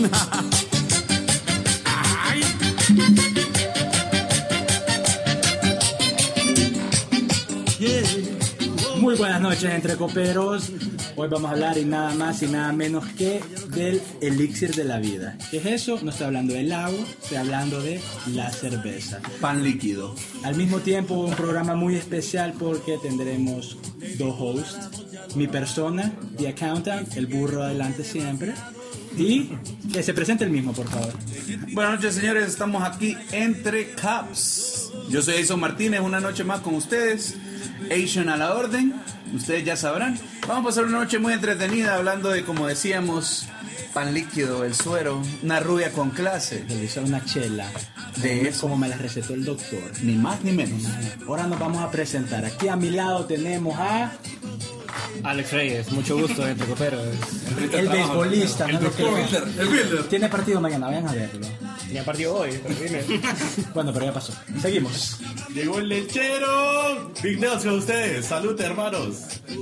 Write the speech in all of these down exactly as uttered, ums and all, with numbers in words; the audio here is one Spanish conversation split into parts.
Muy buenas noches, entre coperos. Hoy vamos a hablar y nada más y nada menos que del elixir de la vida. ¿Qué es eso? No estoy hablando del agua, estoy hablando de la cerveza. Pan líquido. Al mismo tiempo, un programa muy especial porque tendremos dos hosts. Mi persona, The Accountant, el burro adelante siempre. Y que se presente el mismo, por favor. Buenas noches, señores. Estamos aquí entre Caps. Yo soy Jason Martínez, una noche más con ustedes. Asian a la orden, ustedes ya sabrán. Vamos a pasar una noche muy entretenida hablando de, como decíamos, pan líquido, el suero, una rubia con clase. Realizar una chela. De eso, como me la recetó el doctor. Ni más ni menos. Ahora nos vamos a presentar. Aquí a mi lado tenemos a... Alex Reyes, mucho gusto, entre coperos. El beisbolista, el no lo doctor, que... el builder. Tiene partido mañana, vayan a verlo. Tenía partido hoy, pero dime. Bueno, pero ya pasó. Seguimos. Llegó el lechero. Big Nails con ustedes. Salud, hermanos.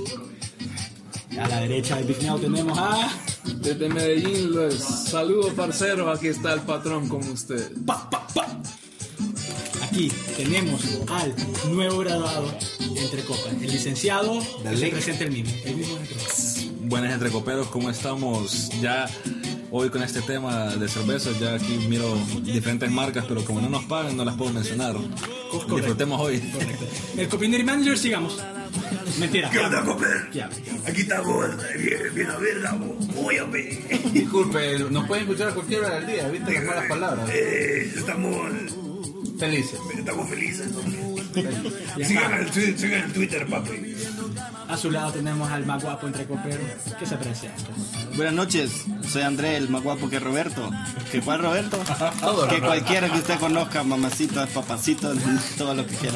A la derecha del Big Now tenemos a... Desde Medellín, los saludos, parceros. Aquí está el patrón con ustedes. Pa, pa, pa. Aquí tenemos al nuevo graduado entre copas, el licenciado, que se presenta el mismo, el mismo entre copas. Buenas entrecoperos, ¿cómo estamos? Ya hoy con este tema de cervezas, ya aquí miro diferentes marcas, pero como no nos pagan no las puedo mencionar. Correcto. Disfrutemos hoy. Correcto. El Copinary Manager, sigamos. Mentira. ¿Qué onda, Copper? Aquí estamos, bien, bien a verla, óyame. Disculpe, nos pueden escuchar a cualquier hora del día, ¿viste las malas palabras? Eh, estamos felices. Estamos felices. Sigan el, twi- sigan el Twitter, papi. A su lado tenemos al más guapo entre coperos. ¿Qué se aprecia? Buenas noches, soy André, el más guapo que Roberto. ¿Que cuál Roberto? Que cualquiera que usted conozca, mamacitas, papacitos, todo lo que quiera.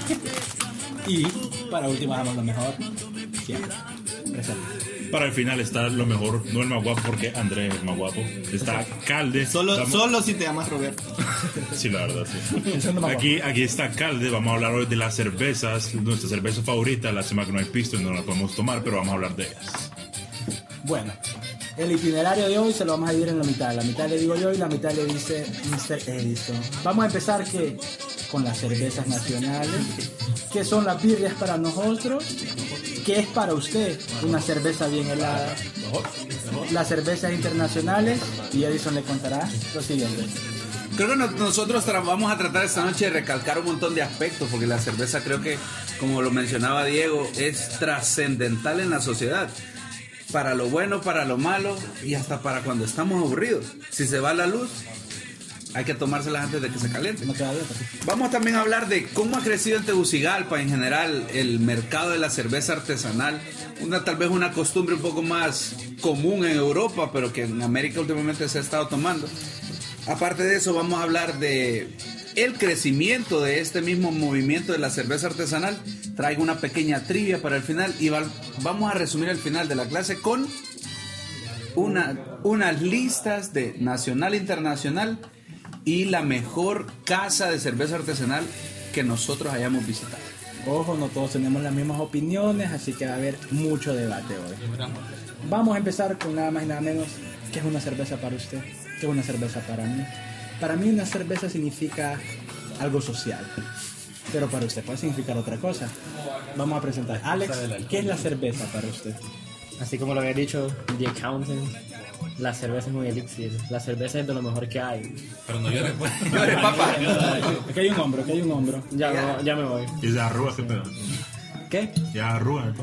Y para último damos lo mejor. ¿Quién? Presente. Para el final está lo mejor, no el más guapo porque Andrés es el más guapo. Está Calde. Solo, Estamos... solo si te llamas Roberto. Sí, la verdad, sí. Aquí, aquí está Calde, vamos a hablar hoy de las cervezas, nuestra cerveza favorita, la semana que no hay pisto y no la podemos tomar, pero vamos a hablar de ellas. Bueno, el itinerario de hoy se lo vamos a dividir en la mitad. La mitad le digo yo y la mitad le dice mister Edison. Vamos a empezar que con las cervezas nacionales, que son las birrias para nosotros, que es para usted una cerveza bien helada, las cervezas internacionales, y Edison le contará lo siguiente. Creo que nosotros tra- vamos a tratar esta noche de recalcar un montón de aspectos, porque la cerveza creo que, como lo mencionaba Diego, es trascendental en la sociedad. Para lo bueno, para lo malo y hasta para cuando estamos aburridos. Si se va la luz, hay que tomárselas antes de que se caliente. No queda duda. Vamos también a hablar de cómo ha crecido en Tegucigalpa en general el mercado de la cerveza artesanal. Una, tal vez una costumbre un poco más común en Europa, pero que en América últimamente se ha estado tomando. Aparte de eso, vamos a hablar de el crecimiento de este mismo movimiento de la cerveza artesanal. Traigo una pequeña trivia para el final y va, vamos a resumir el final de la clase con una, unas listas de nacional e internacional y la mejor casa de cerveza artesanal que nosotros hayamos visitado. Ojo, no todos tenemos las mismas opiniones, así que va a haber mucho debate hoy. Vamos a empezar con nada más y nada menos. ¿Qué es una cerveza para usted? ¿Qué es una cerveza para mí? Para mí una cerveza significa algo social, pero para usted puede significar otra cosa. Vamos a presentar. Alex, ¿qué es la cerveza para usted? Así como lo había dicho The Accountant, la cerveza es muy elixir. La cerveza es de lo mejor que hay. Pero no llores, pues. No eres papá. Aquí hay un hombro, aquí hay un hombro. Ya, me, ya me voy. Y de arrugas, ¿qué pedo? ¿Qué? Ya arrugas,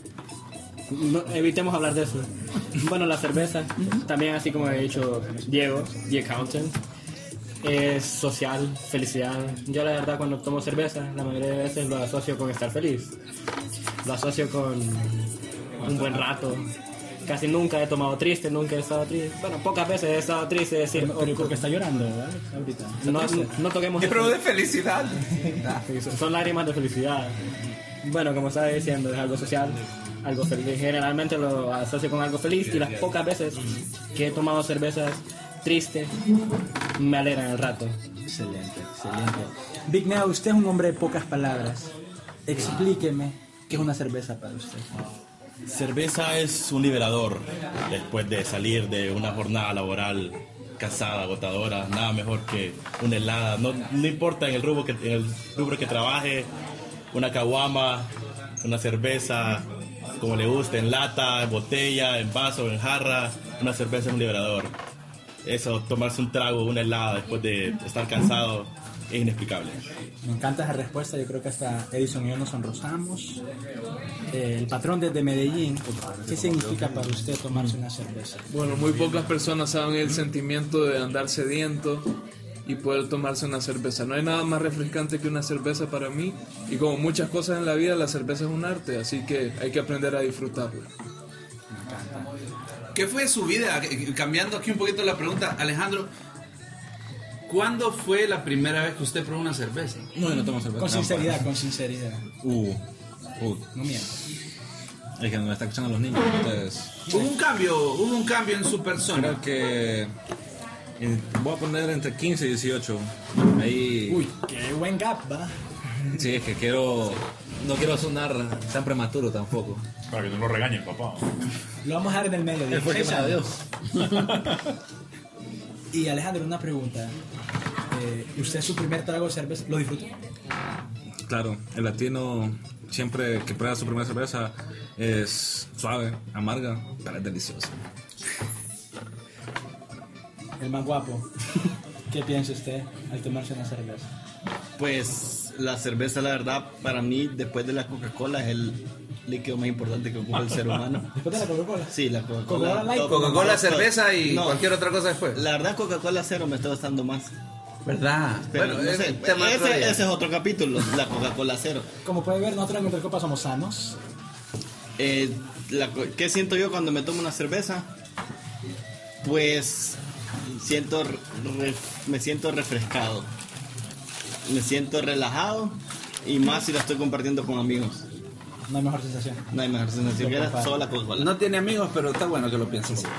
No, evitemos hablar de eso. Bueno, la cerveza, también así como había dicho Diego, The Accountant, es social, felicidad. Yo la verdad cuando tomo cerveza, la mayoría de veces lo asocio con estar feliz. Lo asocio con un buen rato. Casi nunca he tomado triste, nunca he estado triste. Bueno, pocas veces he estado triste, decir, Porque está llorando, ¿verdad? Ahorita. no, no, no toquemos Pero eso. de felicidad. Sí, son- son lágrimas de felicidad. Bueno, como estaba diciendo, es algo social, algo feliz. Generalmente lo asocio con algo feliz y las pocas veces que he tomado cervezas tristes me alegran el rato. Excelente, excelente. Big Neo, usted es un hombre de pocas palabras. Explíqueme qué es una cerveza para usted. Cerveza es un liberador después de salir de una jornada laboral cansada, agotadora. Nada mejor que una helada. No, no importa en el rubro que en el rubro que trabaje, una caguama, una cerveza, como le guste, en lata, en botella, en vaso, en jarra. Una cerveza es un liberador. Eso, tomarse un trago, una helada después de estar cansado, es inexplicable. Me encanta esa respuesta. Yo creo que hasta Edison y yo nos sonrosamos. Eh, el patrón desde Medellín, ¿qué significa para usted tomarse una cerveza? Bueno, muy pocas personas saben el sentimiento de andar sediento y poder tomarse una cerveza. No hay nada más refrescante que una cerveza para mí, y como muchas cosas en la vida, la cerveza es un arte, así que hay que aprender a disfrutarla. ¿Qué fue su vida? Cambiando aquí un poquito la pregunta, Alejandro, ¿cuándo fue la primera vez que usted probó una cerveza? No, yo no tomo cerveza. Con No, sinceridad, para. con sinceridad. Uh, uh. No mientas. Es que no me están escuchando los niños. Entonces, Hubo un cambio, hubo un cambio en su persona. creo que eh, voy a poner entre quince y dieciocho. Ahí. Uy, qué buen gap, ¿va? Sí, es que quiero. No quiero sonar tan prematuro tampoco. Para que no lo regañe el papá. Lo vamos a dejar en el medio. Él fue que dieciséis me años. dio. Y Alejandro, una pregunta. Eh, ¿Usted su primer trago de cerveza lo disfrutó? Claro, el latino siempre que prueba su primera cerveza es suave, amarga, pero es deliciosa. El más guapo. ¿Qué piensa usted al tomarse una cerveza? Pues la cerveza, la verdad, para mí, después de la Coca-Cola, es el líquido más importante que ocupa el ser humano. ¿Después de la Coca-Cola? Sí, la Coca-Cola Coca-Cola. Light. top. Coca-Cola, No, cerveza y no. cualquier otra cosa después. La verdad, Coca-Cola cero me está gustando más. ¿Verdad? Pero Bueno, no es sé, un tema otro ese, día. ese es otro capítulo, la Coca-Cola cero. Como puede ver, nosotros en Intercopa somos sanos. Eh, la co- ¿Qué siento yo cuando me tomo una cerveza? Pues siento re- me siento refrescado, me siento relajado, y más si la estoy compartiendo con amigos. No hay mejor sensación. No hay mejor sensación que era solo la Coca-Cola. No tiene amigos, pero está bueno que lo piense así.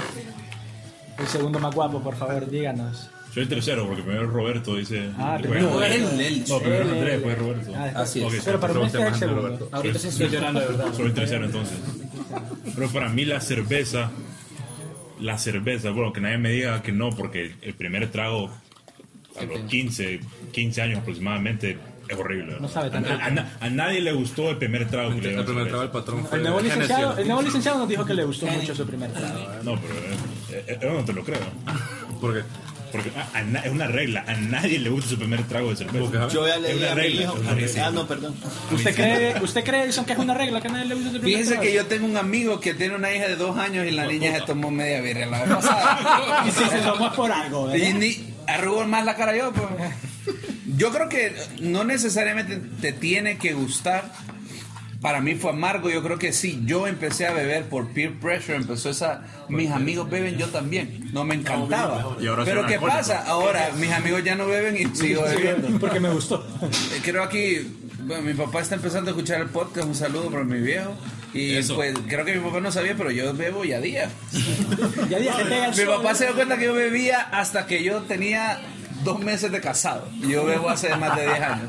El segundo más guapo, por favor, díganos. Soy el tercero, porque primero Roberto dice. Ah, y primero después- él, él. No, primero Él, Andrés, él. después Roberto. Ah, después. Así es. Ok, Pero para mí este es el segundo. Roberto. Ahorita sí estoy llorando de verdad. Soy el tercero entonces. Pero para mí la cerveza, la cerveza, bueno, que nadie me diga que no, porque el primer trago a los quince, quince años aproximadamente es horrible. No sabe a, tanto. a- a na- a nadie le gustó el primer trago que le El dieron primer cerveza. trago del patrón fue El nuevo, Genesis. licenciado, el nuevo licenciado nos dijo que le gustó mucho su primer trago. No, pero eh, eh, yo no te lo creo. ¿Por qué? Porque a- a na- es una regla, a nadie le gusta su primer trago de cerveza. Yo ya Es leí una a mi regla, hijo. es una regla. Ah, no, perdón. ¿Usted cree, ¿Usted cree, Edison, que es una regla que a nadie le gusta su primer Fíjese trago? que yo tengo un amigo que tiene una hija de dos años y la niña se tomó media birria la vez pasada. Y si se tomó es por algo, ¿verdad? Y ni arrugó más la cara yo, pues. Yo creo que no necesariamente te tiene que gustar. Para mí fue amargo. Yo creo que sí. Yo empecé a beber por peer pressure. Empezó esa. Mis amigos beben, yo también. No me encantaba. Y ahora Pero son ¿qué alcohólicos. pasa? Ahora mis amigos ya no beben y sigo bebiendo. Porque me gustó. Eh, Creo aquí. Bueno, mi papá está empezando a escuchar el podcast. Un saludo para mi viejo. Y Eso. pues creo que mi papá no sabía, pero yo bebo ya día. Ya dije que pega el Mi sol. papá se dio cuenta que yo bebía hasta que yo tenía dos meses de casado. Y yo bebo hace más de diez años.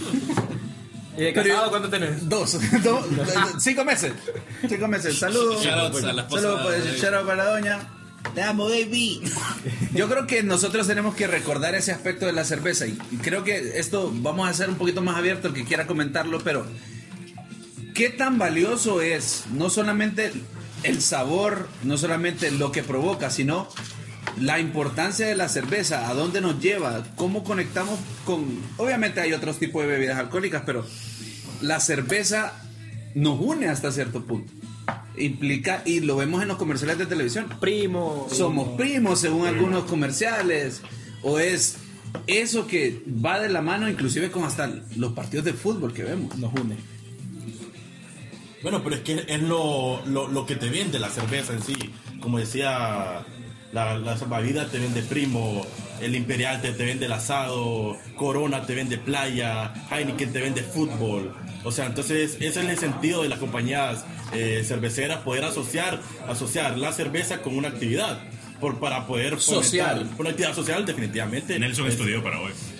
¿Y de Pero casado yo- cuánto tenés? Dos, dos, cinco meses. Cinco meses. Saludos. Shoutouts a la esposa Saludos pues, de- shout out para la doña. Te amo, baby. Yo creo que nosotros tenemos que recordar ese aspecto de la cerveza. Y y creo que esto vamos a hacer un poquito más abierto el que quiera comentarlo, pero ¿qué tan valioso es no solamente el sabor, no solamente lo que provoca, sino la importancia de la cerveza, a dónde nos lleva, cómo conectamos con... Obviamente hay otros tipos de bebidas alcohólicas, pero la cerveza nos une hasta cierto punto. Implica, y lo vemos en los comerciales de televisión. Primo. Somos primos según algunos comerciales, o es eso que va de la mano inclusive con hasta los partidos de fútbol que vemos. Nos une. Bueno, pero es que es lo, lo, lo que te vende la cerveza en sí. Como decía, la, la salvavidas te vende Primo, el Imperial te, te vende el asado, Corona te vende playa, Heineken te vende fútbol. O sea, entonces ese es el sentido de las compañías eh, cerveceras, poder asociar, asociar la cerveza con una actividad. Por, para poder fomentar Social. una actividad social definitivamente. Nelson es- estudió para hoy.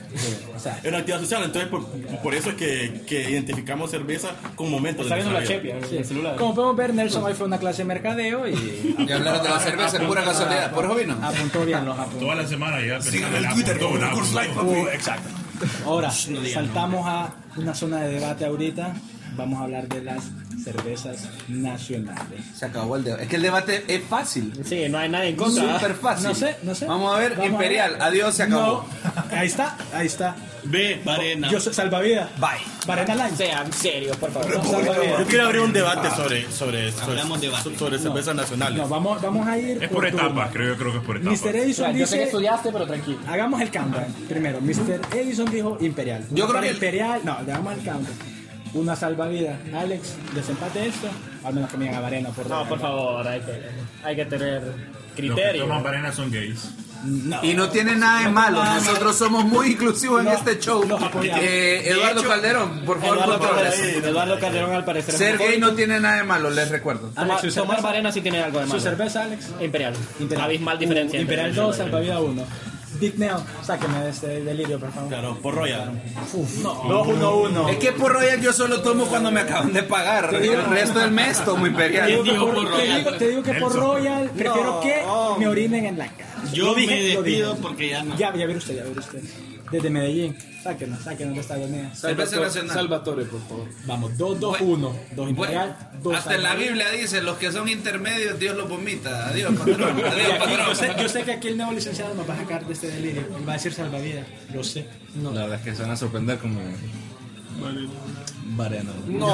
O sea, Es una actividad social, entonces por, por eso es que, que identificamos cerveza con momentos Está de viendo la nuestra vida. chepia en el celular. como podemos ver, Nelson hoy fue una clase de mercadeo y Y hablaron de la cerveza es pura casualidad. ¿Por eso vino? apuntó bien los apuntes. Toda la semana ya Síganme en pensando Twitter como Coors Light, papi. Uh, exacto. Ahora, saltamos a una zona de debate ahorita. Vamos a hablar de las cervezas nacionales. Se acabó el debate. Es que el debate es fácil. Sí, no hay nadie en contra. Súper fácil. No sé, no sé. Vamos a ver, Vamos a Imperial. ver. Adiós, se acabó. No, ahí está, ahí está. Ve, Varena. Yo soy salvavidas. Bye. Varena Line. Sean serios, por favor. Salvavidas. Yo quiero abrir un debate sobre, sobre, sobre, Hablamos debate. sobre cervezas nacionales. No, vamos, vamos a ir Es por turno. etapas, creo, yo creo que es por etapas. mister Edison Yo sé que dice, estudiaste, pero tranquilo. hagamos el countdown. Primero, mister Edison dijo Imperial. Yo creo Para que- Imperial, no, le damos el countdown. Una salvavidas. Alex, desempate esto. Al menos que me digan a Varena por No, por favor, hay que, hay que tener Los que criterio. toman varena son gays. No. Y no tiene nada de malo. Nosotros somos muy inclusivos en No, este show. los apoyamos. Eh, Eduardo Calderón, por favor, Eduardo controles. Calderón, Eduardo Calderón al parecer es Ser gay homofóbico. no tiene nada de malo, les recuerdo. Toma- Alex, ¿su tomar cerveza? varena sí tiene algo de Su malo. cerveza, Alex. Imperial. Imperial. Abismal diferencia. Uh, entre Imperial eso. dos, salvavidas uno. Dick Neo, sáqueme de este delirio, por favor. Claro, por Royal. dos uno uno. Es que por Royal yo solo tomo cuando me acaban de pagar. El resto del mes tomo Te Imperial. digo, que por, te digo- te digo que por Nelson. Royal prefiero que me orinen en la cara. Yo Lo dije, me lo despido dije. porque ya no. Ya, ya ver usted, ya ver usted. Desde Medellín. Sáquenos, sáquenos de esta agonía. Cerveza Salvatore, nacional. Salvatore, por favor. Vamos, dos dos uno. dos Bueno, Imperial, dos hasta en la Salvavidas. Biblia dice, los que son intermedios, Dios los vomita. Adiós, patrón. Y Adiós, aquí, yo, sé, patrón. yo sé que aquí el nuevo licenciado nos va a sacar de este delirio. Él va a decir salvavidas. Lo sé. La verdad es que se van a sorprender como... Varena.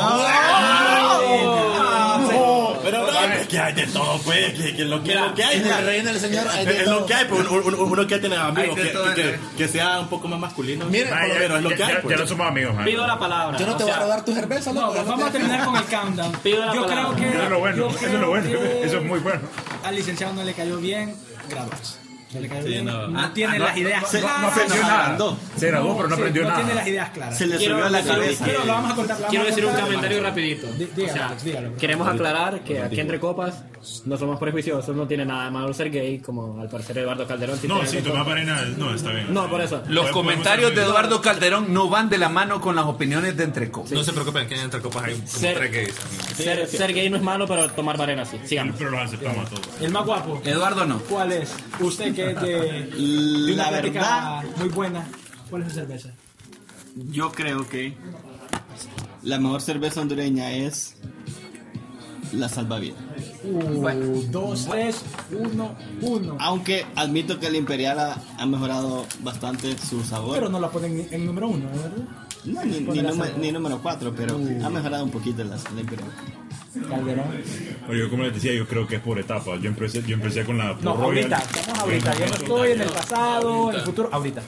No, pero no, es que hay de todo, pues, que, que lo que, lo que hay, En el reino del Señor hay de es lo todo. que hay, pues uno, uno, uno que tiene amigos Hay de que, todo, que, ¿eh? que, que sea un poco más masculino. Miren, Ah, ya, pero es lo ya- que hay, ya- pues. ya no somos amigos, man. Pido la palabra. Yo no te o voy a sea, robar tu cerveza, No, loco. pues vamos a terminar con el countdown. Pido la Yo creo palabra. que. Eso es lo bueno, yo eso es creo lo bueno. que Eso es muy bueno. Al licenciado no le cayó bien. Gracias. No le cayó Sí, bien. no. No Ah, tiene ah, no, las ideas no, claras. No aprendió nada. agrandó. Se graduó, pero no Sí, aprendió no nada. tiene las ideas claras. Se le Quiero subió a la decir- cabeza. Quiero, lo vamos a contar. lo vamos Quiero a decir un contar. comentario rapidito. Dí- dígalo, O sea, Alex, dígalo. queremos aclarar que aquí entre copas no somos prejuiciosos, no tiene nada de malo ser gay, como al parecer Eduardo Calderón. sí No, tiene si de tomar todo. varena, no, está bien. No, por eso. Los Podemos comentarios de hacer- Eduardo Calderón no van de la mano con las opiniones de Entreco. No se preocupen, que entre copas hay como Ser- tres gays. Ser, ser gay no es malo, pero tomar varena sí. Sigamos. Pero los aceptamos a todos. El más guapo. Eduardo no. ¿Cuál es? Usted que es de, de una La plática verdad, muy buena. ¿Cuál es su cerveza? yo creo que la mejor cerveza hondureña es la salvavidas. Uh, dos, tres, uno, uno. Aunque admito que el Imperial ha, ha mejorado bastante su sabor. Pero no la ponen en número uno, ¿verdad? No, ni, ni, número, ni número cuatro, pero ha mejorado un poquito la, la Imperial. Calderón. Oye, yo como les decía, yo creo que es por etapas. Yo empecé, yo empecé con la No, Port Royal. ahorita, estamos ahorita. Yo no estoy en el pasado, en el futuro, ahorita.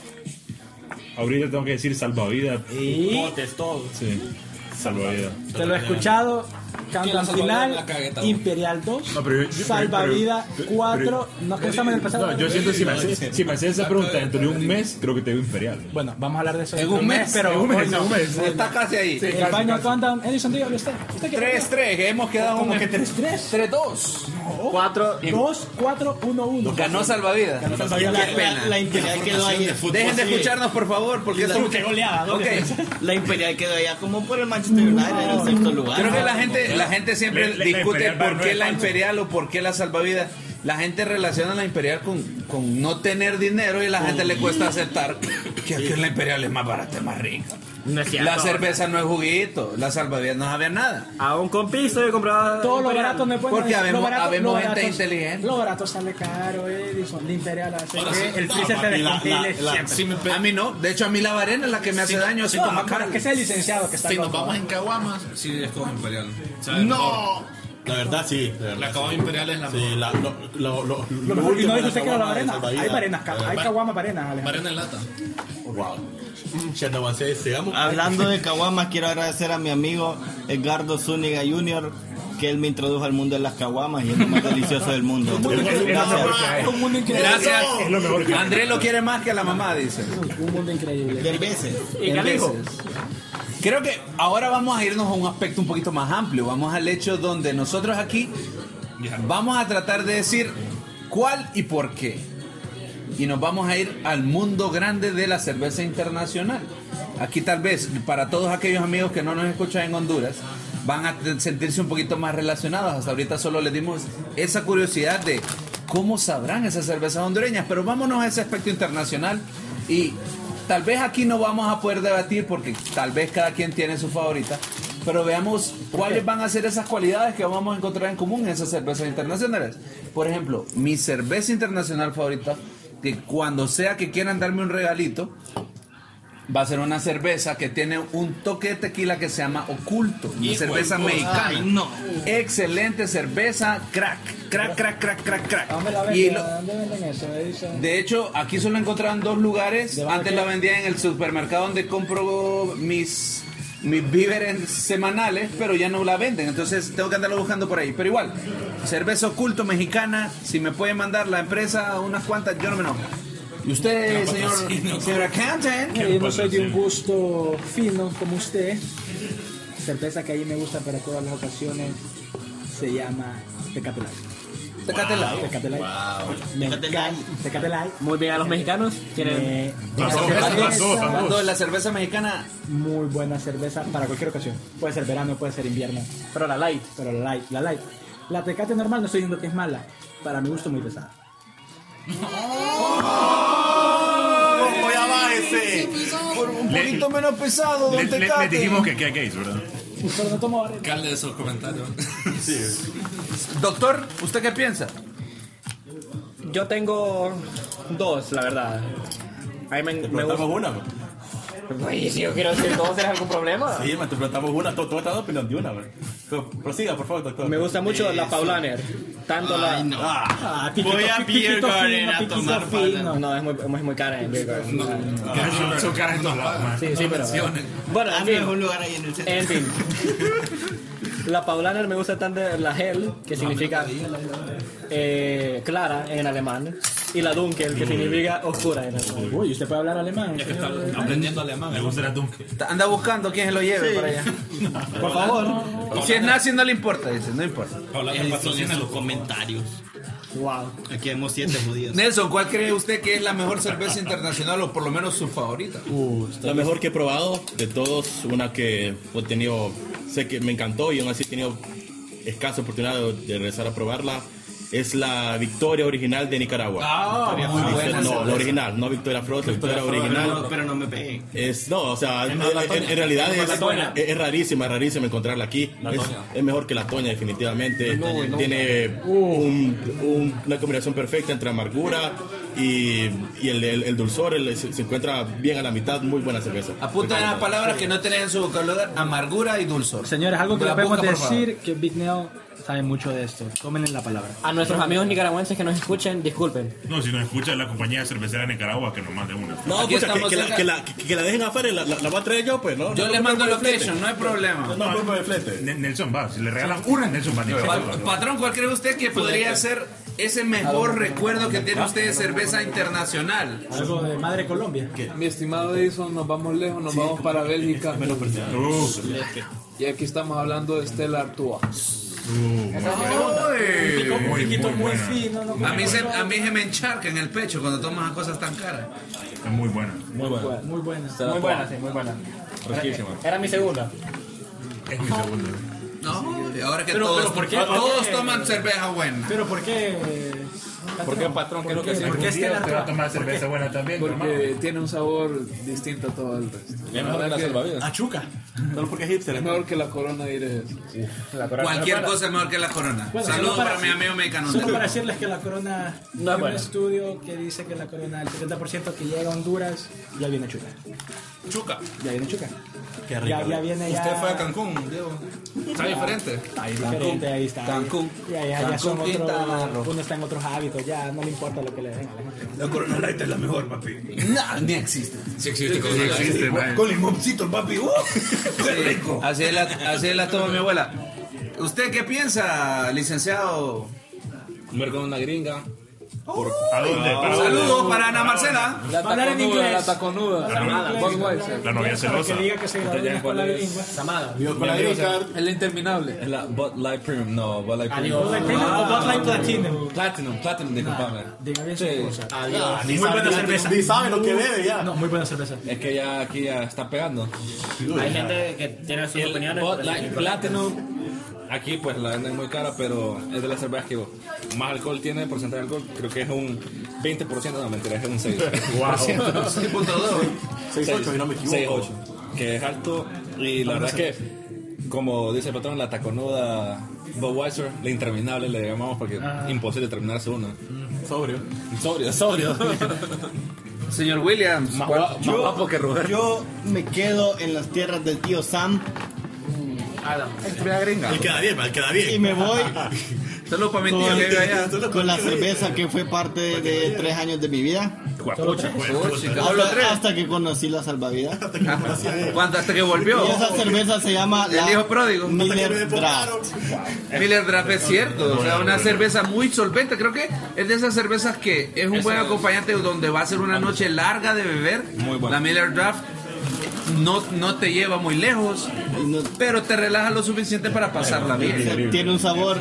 Ahorita tengo que decir salvavidas. Y Botes, todo. Sí, salvavidas. te lo he escuchado. Countdown final, la cagueta, Imperial dos, No, pero yo- yo- Salvavidas pero- cuatro. No que estamos en el pasado. No, yo siento que si me haces si me haces esa pregunta dentro de un mes, creo que te digo Imperial. Bueno, vamos a hablar de eso En un mes, pero en un mes, hoy no. en un mes. Está casi ahí. El baño Countdown, Edison, dígale usted. ¿Usted qué? tres tres, que hemos quedado Como un- que tres tres. tres dos. Cuatro. dos, cuatro, uno, uno. Ganó Salvavidas. Salvavidas. Qué pena. La Imperial quedó ahí. Dejen de escucharnos, por favor, porque esto... Qué goleada, ¿no? Ok. La Imperial quedó allá como por el Manchester United en el sexto lugar. Creo que la gente, la gente siempre La- la discute Imperial va por qué nueve la falsos. Imperial o por qué la Salvavidas. La gente relaciona la Imperial con, con no tener dinero y la gente le cuesta aceptar que, que la Imperial es más barata, es más rica. No es cierto. La cerveza no es juguito, la Salvavidas no sabía nada. A un compiso y compraba. Todo lo Imperial. barato no es bueno. Porque Lo habemos- barato- habemos lo gente barato- inteligente. Lo barato sale caro, Edison. La Imperial hace Ahora que sí. el freezer No, te papi, la- descongele la- la- siempre. Si, me pe- A mí no, de hecho a mí la varena es la que me hace daño, así No, como para que sea el licenciado que está si nos loco. vamos en caguamas, sí escojo Imperial. ¿Sabes? No. La verdad, sí. de verdad, La sí. caguama Imperial es la Sí, mejor. la, lo, lo, lo, Lo mejor, y no dijo usted que era la varena. Salvavidas. Hay varenas, ca- hay caguamas varenas, Alejandro. Varena en lata. Wow. Shanda avancé, sigamos. Hablando de caguamas, quiero agradecer a mi amigo Edgardo Zúñiga junior que él me introdujo al mundo de las caguamas y es lo más delicioso del mundo. Es lo mejor que hay. Un mundo increíble. Gracias. Es lo mejor que hay. Andrés lo quiere más que a la mamá, dice. Un mundo increíble. De veces. Y En canijo. veces. Creo que ahora vamos a irnos a un aspecto un poquito más amplio. Vamos al hecho donde nosotros aquí vamos a tratar de decir cuál y por qué. y nos vamos a ir al mundo grande de la cerveza internacional. Aquí tal vez para todos aquellos amigos que no nos escuchan en Honduras van a sentirse un poquito más relacionados. Hasta ahorita solo les dimos esa curiosidad de cómo sabrán esas cervezas hondureñas, pero vámonos a ese aspecto internacional y tal vez aquí no vamos a poder debatir porque tal vez cada quien tiene su favorita, pero veamos cuáles van a ser esas cualidades que vamos a encontrar en común en esas cervezas internacionales. Por ejemplo, mi cerveza internacional favorita, que cuando sea que quieran darme un regalito, va a ser una cerveza que tiene un toque de tequila que se llama Oculto, una cerveza mexicana. Ay, no. Excelente cerveza, crack, crack, crack, crack, crack, crack. ¿Dónde la Y venden? lo- ¿Dónde venden eso? Me dicen. de hecho, aquí solo encontraban dos lugares. ¿De baja Antes qué? la vendía en el supermercado donde compro mis, mis víveres semanales, pero ya no la venden. Entonces tengo que andarlo buscando por ahí. Pero igual, cerveza Oculto mexicana. Si me puede mandar la empresa unas cuantas, yo no me enojo. ¿Y usted, señor, señor accountant? Mira, yo no soy de un gusto fino como usted. Cerveza que a mí me gusta para todas las ocasiones se llama Tecate Light. Tecate Light. Tecate Light. Me encanta Tecate Light. Muy bien a los mexicanos. Tienen Me- Las dos, una las dos, cerveza las Hablando de la cerveza mexicana, muy buena cerveza para cualquier ocasión. Puede ser verano, puede ser invierno, pero la light. pero la light, la light. La Tecate normal no estoy diciendo que es mala, para mi gusto muy pesada. ¿Cómo ya va ese? por un Le- poquito menos pesado, Le, don le- le Tecate. dijimos que aquí hay gays, ¿verdad? Pero no tomo ahora. Alcalde de esos comentarios. Doctor, ¿usted qué piensa? Yo tengo dos, la verdad. A mí me, Te me preguntamos gusta. una, güey. Güey, si yo quiero decir dos, ¿es algún problema? Sí, man, te preguntamos una. Tú, tú estás dando opinión de una, güey. Pero prosiga, por favor, doctor. Me gusta mucho la Paulaner. Tanto la. Ay, no. Ah, Ah, piquito, Voy a pi- Beer piquito Garden fino, a piquito tomar fino. No, es muy, es muy cara en Beer Garden. Son- Son caras en todos lados, man. Sí, sí, pero. Bueno, en Hazme fin. un lugar ahí en el centro. En fin. La Paulaner me gusta tanto la Hell, que significa eh, clara en alemán, y la Dunkel, que significa oscura en alemán. Uy, ¿usted puede hablar alemán? Ya que está aprendiendo alemán. Me gusta la Dunkel. Anda buscando quién se lo lleve para allá. Por favor. Si es nazi no le importa, dice, no importa. Edison en sus comentarios. Wow. Aquí hemos siete judíos. Nelson, ¿cuál cree usted que es la mejor cerveza internacional o por lo menos su favorita? la mejor que he probado de todos, una que he tenido, sé que me encantó y aún así he tenido escasa oportunidad de, de regresar a probarla, es la Victoria original de Nicaragua. Ah, muy buena no, cerveza. la original, no Victoria Frost, la Victoria original. No, pero no me pegué. Es, no, o sea, en, en- en realidad es, es, es rarísima, es rarísima encontrarla aquí. Es, es mejor que la Toña, definitivamente. Tiene un- un- una combinación perfecta entre amargura y, y el, el- el dulzor. el- se, se encuentra bien a la mitad, muy buena cerveza. Apunten las palabras que no tienen en su vocabulario: amargura y dulzor. Señores, algo que La le podemos busca, por favor. decir que Big Neo sabe mucho de esto. Tómenle la palabra. A nuestros amigos nicaragüenses que nos escuchen, disculpen. No, si nos escucha la compañía cervecera de Nicaragua, que nos mande una. No, Aquí pucha, que, estamos que la, cerca. que, la, que, que la dejen afuera y la, la, la voy a traer yo, pues, ¿no? Yo no, les no, mando no, no, location, flete. no hay problema. No, no, no, de flete. Ne- Nelson va, si le regalan una, Nelson va. Pa- Patrón, ¿cuál cree usted que podría ser ese mejor recuerdo que tiene usted de cerveza internacional? Algo de Madre Colombia. Mi estimado Edison, nos vamos lejos, nos vamos para Bélgica. Uf, Y aquí estamos hablando de Stella Artois. Ay, muy, muy muy buena. fino, no a, mí se, a mí se me encharca en el pecho cuando tomas cosas tan caras. Es muy buena. Muy bueno. muy buena. Muy buena, sí, muy buena. Fresquísima. Era mi segunda. Es mi segunda. No, y ahora que Pero- todos, pero ¿por qué? todos ¿Por qué? toman cerveza buena. Pero ¿por qué? ¿Por qué, patrón? ¿Qué es lo que ¿Por hace? qué Un Stella día usted va a Artois? tomar cerveza buena también, Porque tiene un sabor distinto a todo el resto. Es mejor que la salvavidas. Achuca. Solo porque es hipster. Es mejor que la Corona Diré. Cualquier cosa es mejor que la corona. Bueno, Saludos solo para- para, mi amigo mexicano. Solo para decirles que la corona, No es hay un buena. estudio que dice que la corona, el setenta por ciento que llega a Honduras, ya viene chuca. Chuca. Ya viene chuca. Qué rico. Ya, ya viene ya. Usted fue a Cancún, Diego. Está diferente. Ahí diferente, ahí está. Cancún. Ya, ya, ya son Cancún, Quintana Roo. otros, uno está en otros hábitos, ya no le importa lo que le den a la gente. La Corona Light es la mejor, papi. No, ni existe. Sí existe. Con Sí existe, man. Con limoncito, papi. ¡Uh! ¡Qué rico! Así es la, así es la toma mi abuela. ¿Usted qué piensa, licenciado? Comer con una gringa. Por- ¿A dónde? ¿Para dónde? Saludos para Ana Marcela. La Hablar en taconuda, inglés. la taconuda. Samada. Budweiser. La novia celosa. Que diga que se graduó en una escuela bilingüe. Samada. Yo con la green card. Es la interminable. Es la Bud Light Premium, no, Bud Light Ah, Premium. digo, Bud Light Premium o Bud Light Platinum. Platinum, Platinum, disculpame. Diga bien Sí. su cosa. Adiós. Ni Muy sabe- buena ni- cerveza. Ni sabe lo que bebe ya. No, muy buena cerveza. Es que ya aquí ya está pegando. Hay gente que tiene sus El opiniones. Bud pero Light sí, Platinum, aquí pues la venden muy cara, pero es de las cervezas que más alcohol tiene, porcentaje de alcohol, creo que es un veinte por ciento, no mentira, es un seis por ciento. seis punto dos. seis ocho, si no me equivoco. seis ocho, que es alto, y la verdad es que, como dice el patrón, la taconuda Budweiser, la interminable le llamamos porque es imposible terminarse una. Sobrio. Sobrio, sobrio. Señor Williams, Más ¿cuál- guapo, más guapo que Roberto. Yo me quedo en las tierras del tío Sam Adam. Él queda bien, él queda y bien. me voy saludos para mi tío que vive allá. con la cerveza que fue parte de tres años de mi vida. Guapucha. Oh, chica, solo tres. Hasta, hasta que conocí la salvavidas. ¿Cuánto hasta que volvió? Y esa cerveza se llama El la hijo pródigo. Miller Draft. Miller Draft es cierto, o sea, una cerveza muy solvente. Creo que es de esas cervezas que es un buen acompañante donde va a ser una noche larga de beber. Muy buena. La Miller Draft no, no te lleva muy lejos, Y no- pero te relaja lo suficiente para pasarla bien. Tiene un sabor,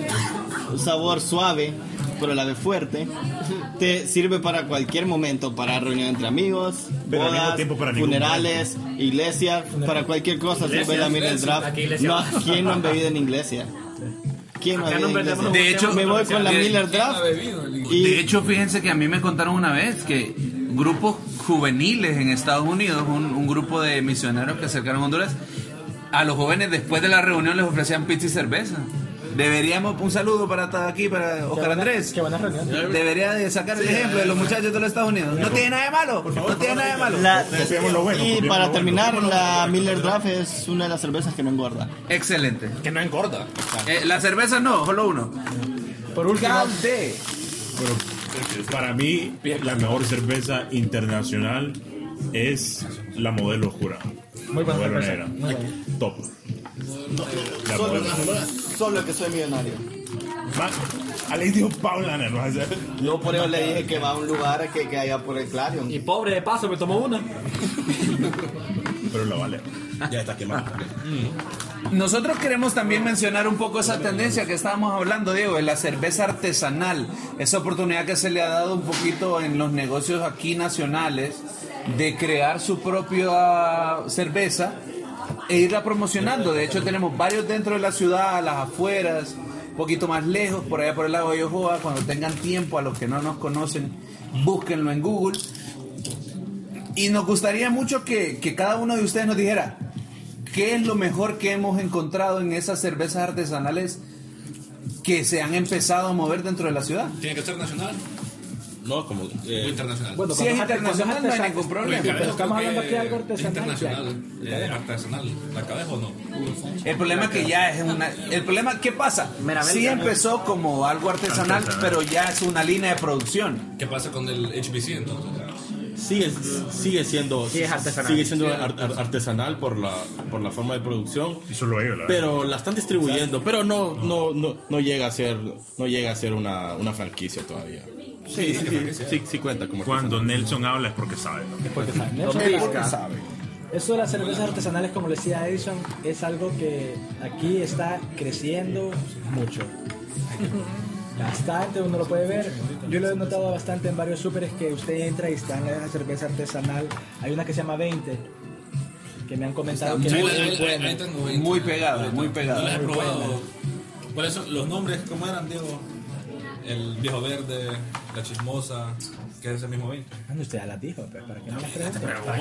un sabor suave, pero a la vez fuerte. Te sirve para cualquier momento, para reunión entre amigos, Pero al mismo bodas, tiempo para ningún funerales, iglesia, para cualquier cosa sirve la Miller Draft. Aquí iglesia. No, ¿quién no ha bebido en iglesia? ¿Quién no ha Acá bebido no en vendemos- iglesia? De hecho, me voy con la de- Miller Draft y De hecho, fíjense que a mí me contaron una vez que grupos juveniles en Estados Unidos, un, un grupo de misioneros que se acercaron a Honduras, a los jóvenes después de la reunión les ofrecían pizza y cerveza. Deberíamos, un saludo para estar aquí, para Oscar Andrés. Qué buena reunión. Debería de sacar el ejemplo de los muchachos de los Estados Unidos. No tiene nada de malo, no tiene nada de malo. La- Copiamos lo bueno, y copiamos para lo terminar, bueno. la Miller Draft es una de las cervezas que no engorda. Excelente. Que no engorda. Eh, la cerveza no, solo uno. Por último, Calde. Pero para mí, la mejor cerveza internacional es la modelo oscura. muy buena Modelo cerveza. negra. Muy buena. Top. La Solo, modelo. solo que soy millonario. Ma- a le dijo Paulana, ¿no? O sea, Yo por eso le dije que va a un lugar que, que haya por el Clarion. Y pobre de paso me tomó una. pero lo vale. Ya está quemado. Nosotros queremos también mencionar un poco esa tendencia que estábamos hablando, Diego, de la cerveza artesanal. Esa oportunidad que se le ha dado un poquito en los negocios aquí nacionales de crear su propia cerveza e irla promocionando. De hecho, tenemos varios dentro de la ciudad, a las afueras, un poquito más lejos, por allá por el lago de Yohoa. Cuando tengan tiempo, a los que no nos conocen, búsquenlo en Google. Y nos gustaría mucho que, que cada uno de ustedes nos dijera qué es lo mejor que hemos encontrado en esas cervezas artesanales que se han empezado a mover dentro de la ciudad. ¿Tiene que ser nacional No, como. o eh, internacional? Bueno, Si es cuando internacional no hay artesanal- ningún problema. Pero estamos hablando aquí de algo Es artesanal. internacional, eh, artesanal. ¿La cadejo o no? El problema que ya es una... El problema, ¿qué pasa? Meramente, Sí ¿no? empezó como algo artesanal, Artesanal. pero ya es una línea de producción. ¿Qué pasa con el H B C entonces? sigue, sigue siendo. Sí, es artesanal. Sigue siendo ar- ar- artesanal por la, por la forma de producción. Y solo ellos, la verdad. Pero la están distribuyendo, pero no, no, no, no llega a ser, no llega a ser una, una franquicia todavía. Sí, sí, sí, sí, sí cuenta como Cuando Nelson habla es porque sabe. ¿no? Porque sabe. Nelson, eso de las cervezas artesanales, como le decía Edison, es algo que aquí está creciendo mucho. Bastante, uno lo puede ver. Yo lo he notado bastante en varios súperes que usted entra y está en la cerveza artesanal. Hay una que se llama veinte, que me han comentado que es muy buena. Muy pegado, muy pegado. No las he probado. ¿Cuáles son los nombres? ¿Cómo eran, Diego? El viejo verde, la chismosa, que es ese mismo veinte. Ah, no, usted ya las dijo, pero para que no las pregunte.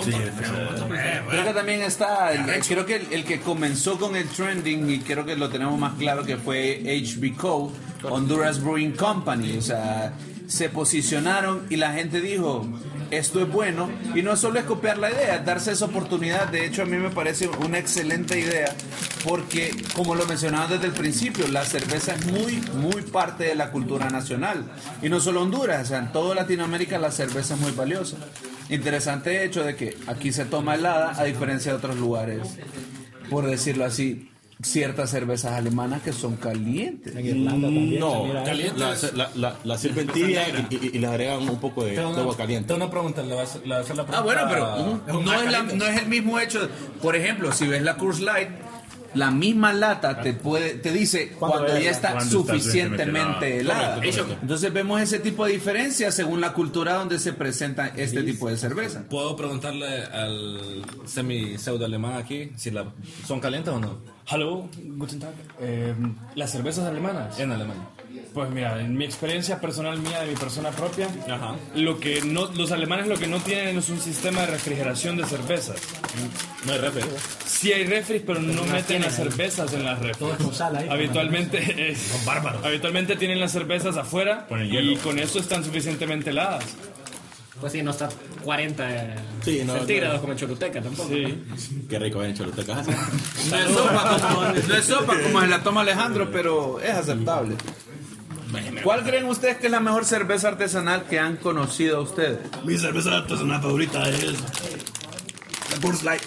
Creo que también está, el- creo que el, el que comenzó con el trending, y creo que lo tenemos más claro, que fue H B Co, Honduras Brewing Company. O sea, se posicionaron y la gente dijo, esto es bueno, y no solo es copiar la idea, es darse esa oportunidad. De hecho, a mí me parece una excelente idea, porque como lo mencionaba desde el principio, la cerveza es muy, muy parte de la cultura nacional, y no solo Honduras, o sea, en toda Latinoamérica la cerveza es muy valiosa. Interesante el hecho de que aquí se toma helada a diferencia de otros lugares, por decirlo así. ciertas cervezas alemanas que son calientes. En Irlanda también. No, mira, la, la, la, la sirven tibia y, y, y le agregan un poco de, de agua caliente. Tengo una pregunta, le vas le vas a hacer la pregunta. Ah, bueno, pero Es un no es, la- caliente. no es el mismo hecho. Por ejemplo, si ves la Coors Light, la misma lata te puede te dice cuando ya está Cuando está suficientemente helada. Correcto, correcto. Entonces vemos ese tipo de diferencias según la cultura donde se presenta este tipo de cerveza. ¿Puedo preguntarle al semi pseudo alemán aquí si la, son calientes o no? Hallo, guten Tag. Eh, las cervezas alemanas. En alemán. Pues mira, en mi experiencia personal mía, de mi persona propia, Ajá. lo que no, los alemanes lo que no tienen es un sistema de refrigeración de cervezas. No hay refri. Sí hay refris, pero no meten las cervezas en las refris. Todo es con sal ahí. Habitualmente es, Son bárbaros. habitualmente tienen las cervezas afuera Con el y hielo. con eso están suficientemente heladas. Pues sí, no está cuarenta Sí, no, centígrados no. como en Choluteca tampoco. Sí. Qué rico en Choluteca. No es sopa como, no es sopa como se la toma Alejandro, pero es aceptable. ¿Cuál creen ustedes que es la mejor cerveza artesanal que han conocido ustedes? Mi cerveza artesanal favorita es la Coors Light.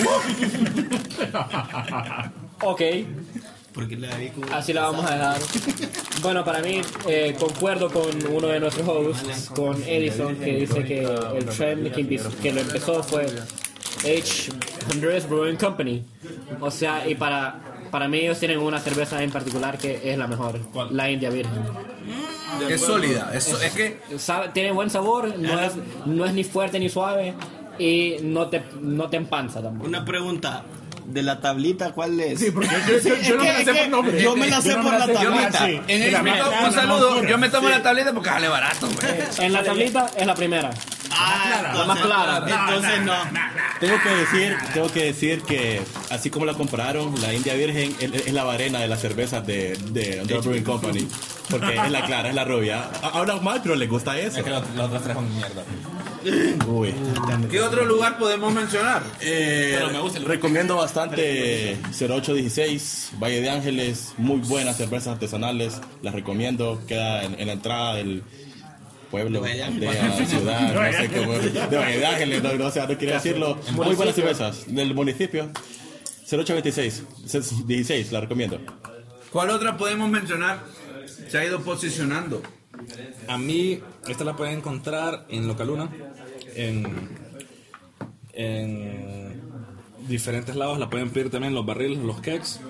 Ok, Porque le dedico así la vamos a dejar. Bueno, para mí, eh, concuerdo con uno de nuestros hosts, con Edison, que dice que el trend que, empezó- que lo empezó fue H. Honduras Brewing Company. O sea, y para, para mí ellos tienen una cerveza en particular que es la mejor, la India Virgen. Es sólida. Es, es que Sabe- tiene buen sabor, no es, no es ni fuerte ni suave y no te, no te empanza tampoco. una pregunta. De la tablita, ¿cuál es? Sí, porque yo, yo- yo no me la sé por nombre. Yo me la sé Yo no por me la sé. Yo me la tablita. sé. en el La me mía- tomo- la un más saludo. oscura. Yo me tomo la tableta porque sale barato, güey. En la tablita es la primera. Ah, La más clara. Entonces no. Tengo que decir, tengo que decir que así como la compraron, la India Virgen es, es la varena de las cervezas de, de Honduras Brewing Company. Porque es la clara, es la rubia. Hablan mal, pero les gusta eso. Es que las las otras tres son mierda. Uy. ¿Qué otro lugar podemos mencionar? Eh, Pero me gusta el- recomiendo bastante cero ocho dieciséis, Valle de Ángeles, muy buenas cervezas artesanales, las recomiendo, queda en, en la entrada del pueblo, aldea, ciudad, no sé cómo, de Valle de Ángeles, no, no, o sea, no quiero decirlo, muy buenas cervezas del municipio, cero ocho veintiséis, dieciséis, la recomiendo. ¿Cuál otra podemos mencionar? Se ha ido posicionando. A mí, esta la pueden encontrar en Localuna, en, en diferentes lados. La pueden pedir también en los barriles, los kegs.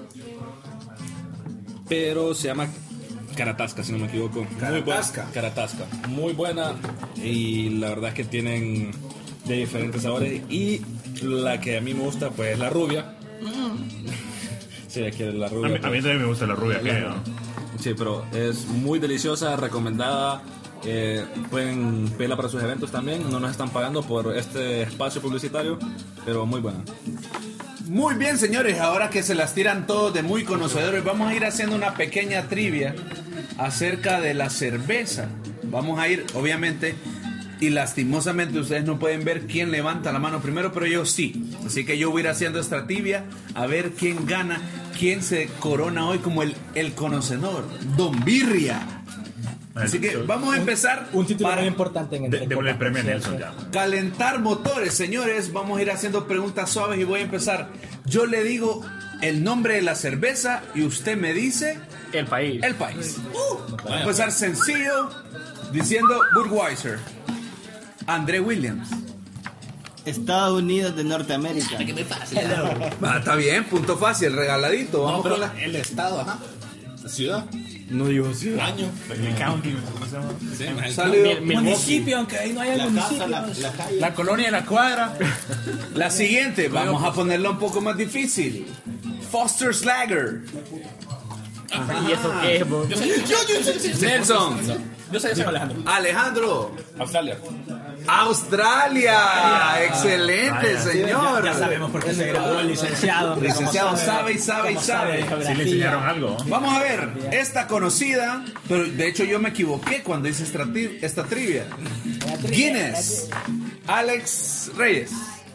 Pero se llama Caratasca, si no me equivoco. Muy buena. Caratasca. Caratasca. Muy buena. Y la verdad es que tienen de diferentes sabores. Y la que a mí me gusta, pues es la rubia. Sí, es que la A rubia. mí, a mí pues, también me gusta la rubia, que ¿no? Sí, pero es muy deliciosa, recomendada. Eh, pueden pedirla para sus eventos también. No nos están pagando por este espacio publicitario, pero muy buena. Muy bien, señores, ahora que se las tiran todos de muy conocedores, vamos a ir haciendo una pequeña trivia acerca de la cerveza. Vamos a ir, obviamente, y lastimosamente ustedes no pueden ver quién levanta la mano primero, pero yo sí. Así que yo voy a ir haciendo esta trivia a ver quién gana, quién se corona hoy como el, el conocedor, Don Birria. Así que vamos a empezar Un título para muy importante en el De- Démosle el premio a Nelson ya. calentar motores, señores. Vamos a ir haciendo preguntas suaves y voy a empezar. Yo le digo el nombre de la cerveza y usted me dice El país. el país. Voy a empezar sencillo diciendo Budweiser. André Williams. Estados Unidos de Norteamérica. Ah, está bien, punto fácil, regaladito. Vamos con la... el estado, ajá. Ciudad. No digo ciudad. Año. County. Sí, Salió. Municipio, aunque ahí no hay La municipio. casa, la, la calle. La colonia de la cuadra. La siguiente, vamos a ponerla un poco más difícil. Foster's Lager. ¿Y eso qué es, bro? Nelson. Yo sé, yo sé, Alejandro. Alejandro. Australia. Australia. Excelente, señor. Ya sabemos por qué se graduó el licenciado. hombre, Licenciado como sabe y sabe y como sabe. de Sí le geografía. enseñaron algo. Vamos a ver, esta conocida, pero de hecho yo me equivoqué cuando hice esta, tri- esta trivia. Guinness. Alex Reyes.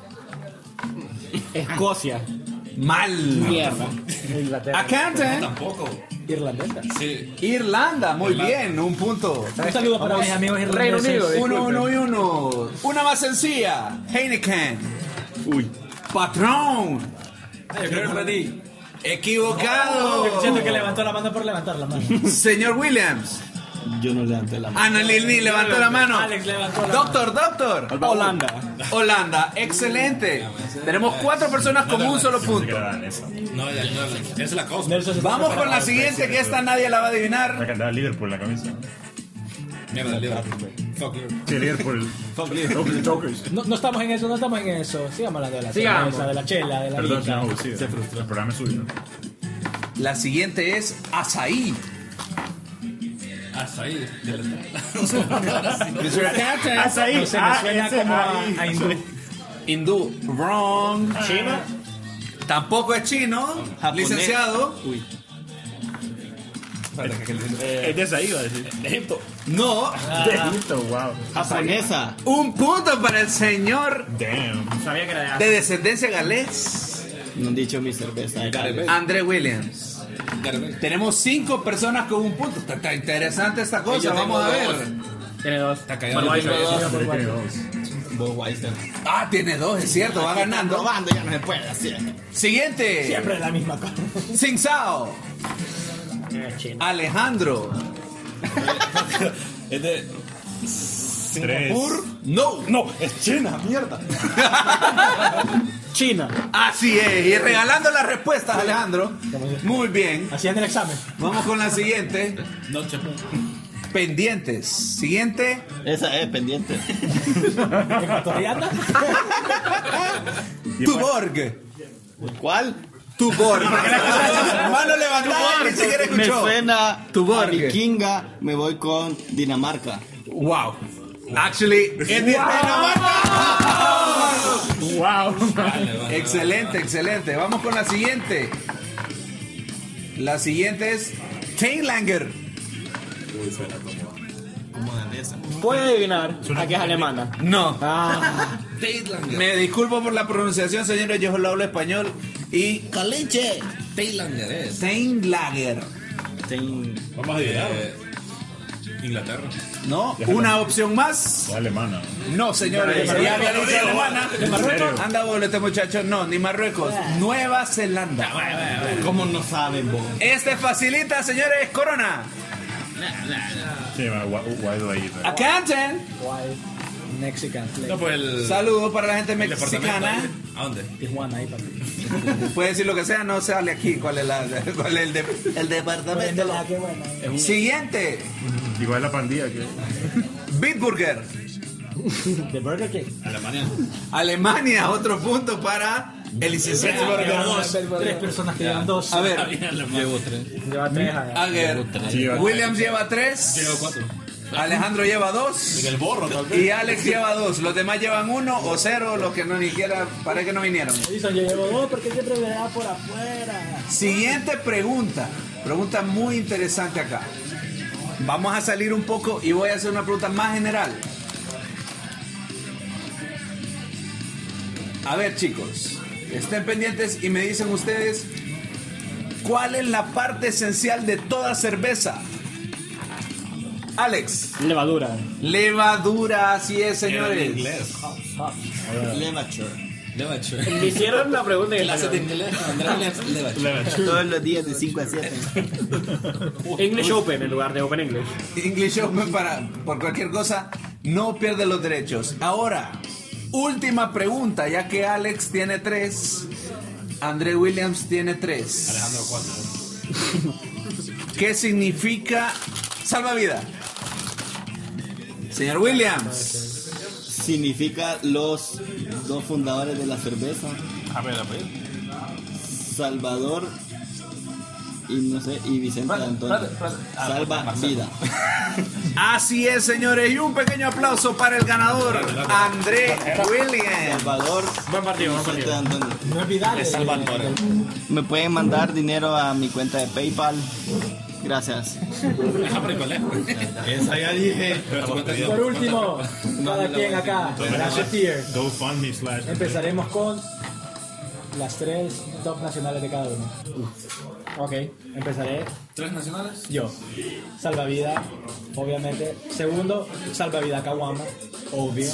Escocia. Mal. Mierda. Inglaterra. Accountant. Tampoco. Irlandesa. Sí. Irlanda, muy bien, un punto. Un saludo para mis amigos Reino irlandeses. Unido. Uno, uno y uno. Una más sencilla. Heineken. Uy. Patrón. Yo creo que para ti. Equivocado. Siento que levantó la mano por levantar la mano. Señor Williams. Yo no levanté la mano. Ana Lilni levantó la mano. Alex levantó la Doctor, doctor. Holanda. Holanda, excelente. Tenemos cuatro personas con un solo punto. No, ya, no, esa es la cosa. Nelson se está Vamos con la preparando. siguiente, que esta nadie la va a La adivinar. que andaba Liverpool en la camisa. Mierda, Liverpool. Fuck Liverpool. Sí, Liverpool. No, no estamos en eso, no estamos en eso. Sigamos hablando de la Sigamos. cerveza, de la chela, de la Perdón, vida. señor Abusivo. El programa es suyo. La siguiente es azaí. Hasta ahí. Azaí. No sé, me suena como a, a hindú. Hindú. Wrong. China. Tampoco es chino. Japonés. Licenciado. Es de esa iba a decir. Egipto. No. Egipto, wow. Japonesa. Un punto para el señor Damn. Sabía que era de de descendencia galés, No han dicho mi cerveza. André Williams. Tenemos cinco personas con un punto. Está, está interesante esta cosa. Yo tengo Vamos a ver. dos. Tiene dos. Está cagado. Budweiser. Ahí tiene dos. Budweiser. Ah, tiene dos, es cierto. Va ganando. Probando ya no se puede hacer. Siguiente. Siempre es la misma cosa. Sing Sao. Eh, China. Alejandro. Es de Tres. No. No, es China, mierda. China. Así es. Y regalando las respuestas, Alejandro. Muy bien. Hacían el examen. Vamos con la siguiente. No, chepo. Pendientes. Siguiente. Esa es pendiente. Ecuatoriana. Tuborg. ¿Cuál? Tuborg. Mano levantada, ni siquiera Me escuchó. suena Tuborg. a vikinga. Me voy con Dinamarca. Wow. Actually, es de Dinamarca. Wow. Excelente, excelente. Vamos con la siguiente. La siguiente es Tainlanger. Voy a adivinar a que es alemana. No. Ah, Tailander. Me disculpo por la pronunciación, señores. Yo solo hablo español. Y Caliche. Tailander es. Tainlager. Vamos a adivinar. Inglaterra. ¿No? Una opción más. O alemana. No, señores. Ya había dicho alemana. ¿De Marruecos? Anda, boludo, este muchacho. No, ni Marruecos. Nueva Zelanda. ¿Cómo no saben vos? Este facilita, señores. Corona. Sí, why, why do I eat that? Accountant. Wild Mexican No, flavor. pues el. Saludos para la gente el departamento mexicana. ahí. ¿A dónde? Tijuana ahí, papi. Puede decir lo que sea, no sale aquí. ¿Cuál es, la, cuál es el, de- el departamento? Ah, qué bueno. Siguiente. Igual la pandilla que. Bitburger. De Burger King. Alemania. Alemania, otro punto para el licenciado. Tres personas que llevan dos. A ver, Llevo tres. lleva tres. a- a ver. Sí, va. Williams lleva tres. Llevo cuatro. Alejandro lleva dos. En el borro, tal vez. Y Alex lleva dos. Los demás llevan uno o cero, los que no ni siquiera parece que no vinieron. Dicen, yo llevo dos porque siempre me da por afuera. Siguiente pregunta. Pregunta muy interesante acá. Vamos a salir un poco y voy a hacer una pregunta más general. A ver, chicos, estén pendientes y me dicen ustedes cuál es la parte esencial de toda cerveza. Alex. Levadura. Levadura, así es, señores. En inglés. Levachure. Levature. Me hicieron la pregunta en Clases de español. inglés. Andrés Levature. Todos los días de cinco a siete. English Open en lugar de Open English. English Open para, por cualquier cosa, no pierde los derechos. Ahora, última pregunta, ya que Alex tiene tres, André Williams tiene tres. Alejandro cuatro. ¿Qué significa salvavidas? Señor Williams. Significa los dos fundadores de la cerveza. A ver, a ver. Salvador y no sé, y Vicente Antonio. Salva vida. Así es, señores, y un pequeño aplauso para el ganador, André Williams. Salvador. Buen partido, buen Vicente partido. Antonio. No es Vidal. Es Salvatore. Me pueden mandar dinero a mi cuenta de PayPal. Gracias. Ajá, pero ¿cuál es? Esa ya dije. Por último, cada quien acá, gracias tier. GoFundMe slash. Empezaremos con las tres top nacionales de cada uno. Ok, empezaré. ¿Tres nacionales? Yo. Salvavidas, obviamente. Segundo, salvavidas Caguama. Obvio.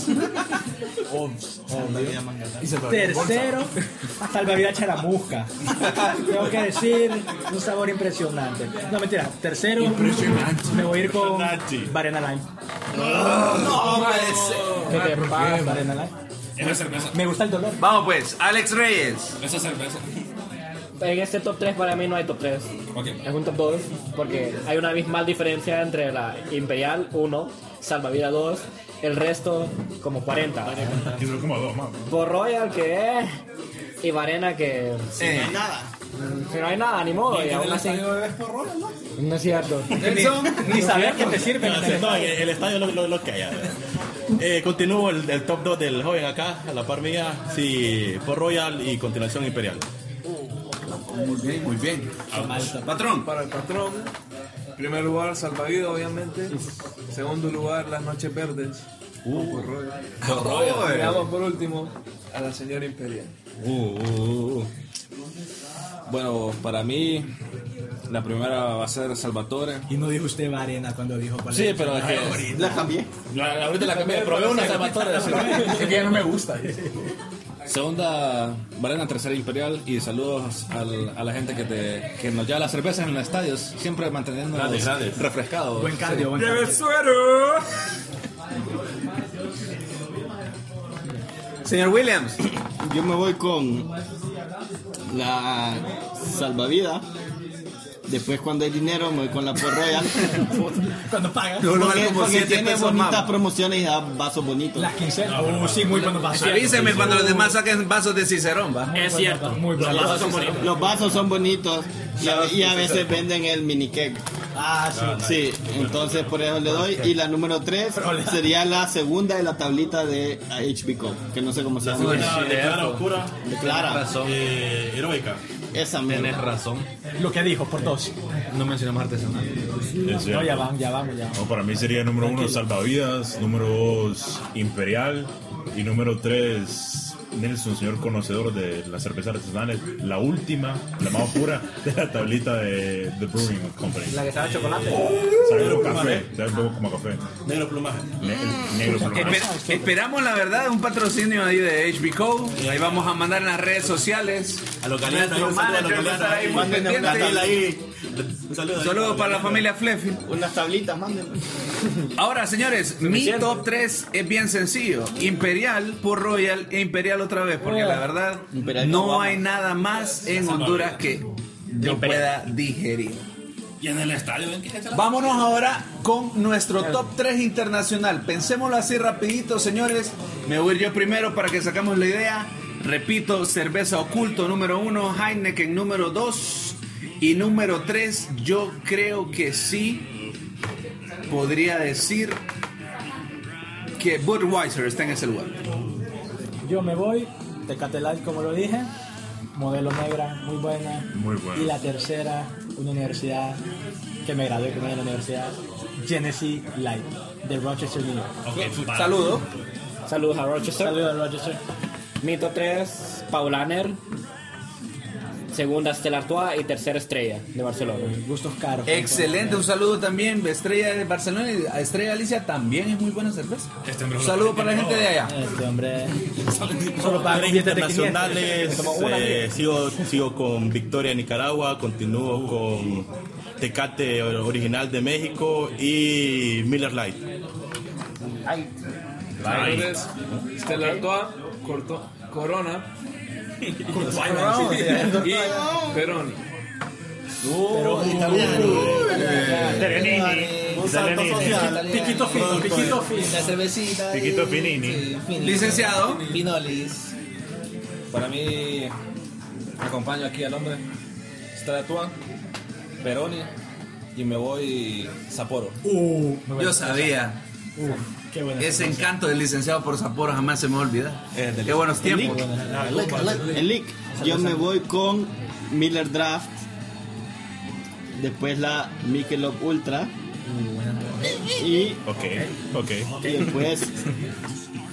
Obvio. Tercero, salvavidas Charamusca. Tengo que decir, un sabor impresionante. No, mentira. Tercero, me voy a ir con Varena Lime. No puede ser. ¿Qué te pasa, Varena Lime? Esa cerveza. Me gusta el dolor. Vamos pues, Alex Reyes. Esa cerveza. En este top tres para mí no hay top tres. Ok. Es un top dos porque hay una abismal diferencia entre la Imperial uno, Salvavidas dos, el resto como cuarenta. Yo creo como dos más. Por Royal que es y Varena que Si no hay nada. si no hay nada ni modo. Y En aún el así, estadio bebés por Royal, ¿no? no es cierto. Ni saber qué te sirve. No, en el estadio lo, lo, lo que haya. Eh, continúo el, el top dos del joven acá, a la par mía. Sí, por Royal y continuación Imperial. Muy bien, muy bien. Patrón. Para el patrón, en primer lugar, Salvavidas, obviamente. En segundo lugar, Las Noches Verdes. Uh, por Royal. Oh, Y vamos por último a la señora Imperial. Uh, uh, uh. Bueno, para mí, la primera va a ser Salvatore. Y no dijo usted Varena cuando dijo cuál Sí, es. pero es que La cambié. la, la ahorita la cambié. Probé una Salvatore. así. Es que ya no me gusta. Segunda, Varena, tercera Imperial. Y saludos al- a la gente que, te, que nos lleva las cervezas en los estadios. Siempre manteniendo Grandes, grandes. refrescados. Buen cardio, buen cardio. Señor Williams. Yo me voy con la salvavidas. Después, cuando hay dinero, me voy con la Port Royal. Cuando pagas. Yo lo Porque, vale como porque siete tiene pesos bonitas más. promociones y da vasos bonitos. Las quincenas. Uh, sí, muy buenos vasos. Avíseme cuando los demás saquen vasos de Cicerón, va. Es cierto. Muy buenos vasos. Los vasos son bonitos y a, y a veces venden el mini cake. Ah, sí. Sí, entonces por eso le doy. Y la número tres sería la segunda de la tablita de H B Co, que no sé cómo se llama. Una de clara oscura, De Clara. eh, heroica. Esa misma. razón. Lo que dijo, por dos. No mencionamos artesanal. Es No, cierto. ya vamos, ya vamos, ya. No, para mí sería número uno Salvavidas, número dos Imperial y número tres Nelson, señor conocedor de las cervezas artesanales, la última, la más pura de la tablita de The Brewing Company. La que sabe a chocolate. Sabe como café, sabe un poco como café. Negro plumaje. Ne- el negro plumaje. Espe- esperamos la verdad un patrocinio ahí de H B Co. Ahí vamos a mandar en las redes sociales. A los galeanos, Nuestro un saludo a los manager va a estar ahí galeanos. muy Mándenme una pendiente. tabla ahí. Un saludo. Un saludo para la familia Fleffy. Unas tablitas, mándenme. Ahora, señores, mi top tres es bien sencillo. Imperial por Royal e Imperial otra vez, porque la verdad Imperial no Caguama. hay nada más en Honduras que yo pueda digerir. Y en el estadio, ¿ven qué es? Vámonos ahora con nuestro top tres internacional. Pensémoslo así rapidito, señores. Me voy a ir yo primero para que sacamos la idea. Repito, cerveza oculto número uno, Heineken número dos y número tres. Yo creo que sí podría decir que Budweiser está en ese lugar. Yo me voy, Tecate Light, como lo dije, modelo negra, muy buena. Muy buena. Y la tercera, una universidad que me gradué con ella en la universidad, Genesee Light, de Rochester, New York. Saludos. Saludos a Rochester. Saludos a Rochester. Mi top tres, Paulaner. Segunda, Stella Artois. Y tercera, Estrella, de Barcelona. Gustos caros. Excelente, un saludo también de Estrella de Barcelona y a Estrella Galicia también es muy buena cerveza. Este hombre Un lo- saludo para la gente de allá. Este hombre. Solo para billetes de internacionales, quinientos. Como una eh, sigo, sigo con Victoria Nicaragua, continúo con Tecate original de México y Miller Lite. Entonces, Stella Artois, Corto- Corona y Peroni. Un salto social. Piquito fino, piquito fino. La cervecita. Piquito y- Finini. sí, Finini. Licenciado. Pinolis. Para mí, acompaño aquí al hombre. Stella Artois, Peroni y me voy Sapporo. Uh, Yo sabía. qué buena. Ese encanto del licenciado por Sapporo jamás se me va a olvidar. Es del- Qué buenos tiempos. El Lick. Yo me voy con Miller Draft. Después la Michelob Ultra. Y, Ok, ok. y después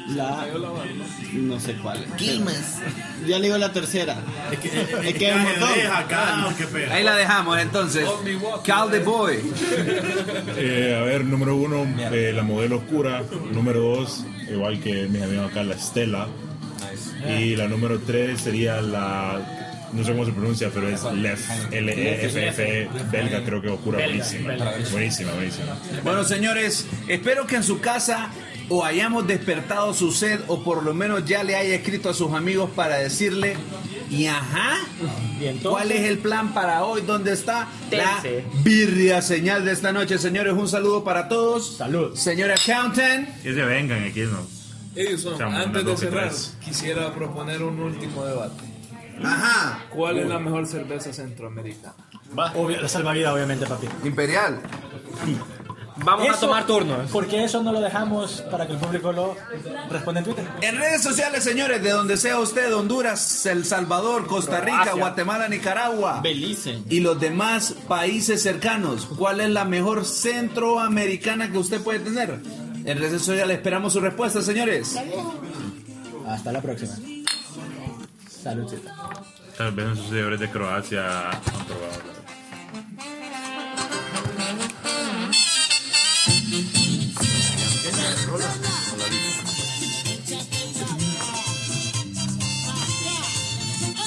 La... No sé cuál. Quilmes. Ya le digo la tercera. Es que, es, es que hay un montón. Ahí la dejamos entonces. Cal the Boy. Eh, a ver, número uno, eh, la modelo oscura. Número dos, igual que mis amigos acá, la Stella. Y la número tres sería la... No sé cómo se pronuncia, pero es L E F, L E F F, belga, creo que oscura, buenísima. Buenísima, buenísima. Bueno, señores, espero que en su casa o hayamos despertado su sed o por lo menos ya le haya escrito a sus amigos para decirle, y ajá, ¿cuál es el plan para hoy? ¿Dónde está la birria señal de esta noche? Señores, un saludo para todos. Salud. Señor Accountant. Que se vengan aquí, ¿no? Edison, Echamos antes una, de dos y cerrar, tres. quisiera proponer un último debate. Ajá. ¿Cuál es la mejor cerveza centroamericana? Obvio, la salvavidas, obviamente, papi. Imperial. Vamos Eso- a tomar turnos. Porque eso no lo dejamos para que el público lo responda en Twitter. En redes sociales, señores, de donde sea usted, Honduras, El Salvador, Costa Rica, Croacia. Guatemala, Nicaragua Belice. y los demás países cercanos, ¿cuál es la mejor centroamericana que usted puede tener? En redes sociales esperamos su respuesta, señores. Hasta la próxima. Saludcita. Tal vez en sus seguidores de Croacia han probado.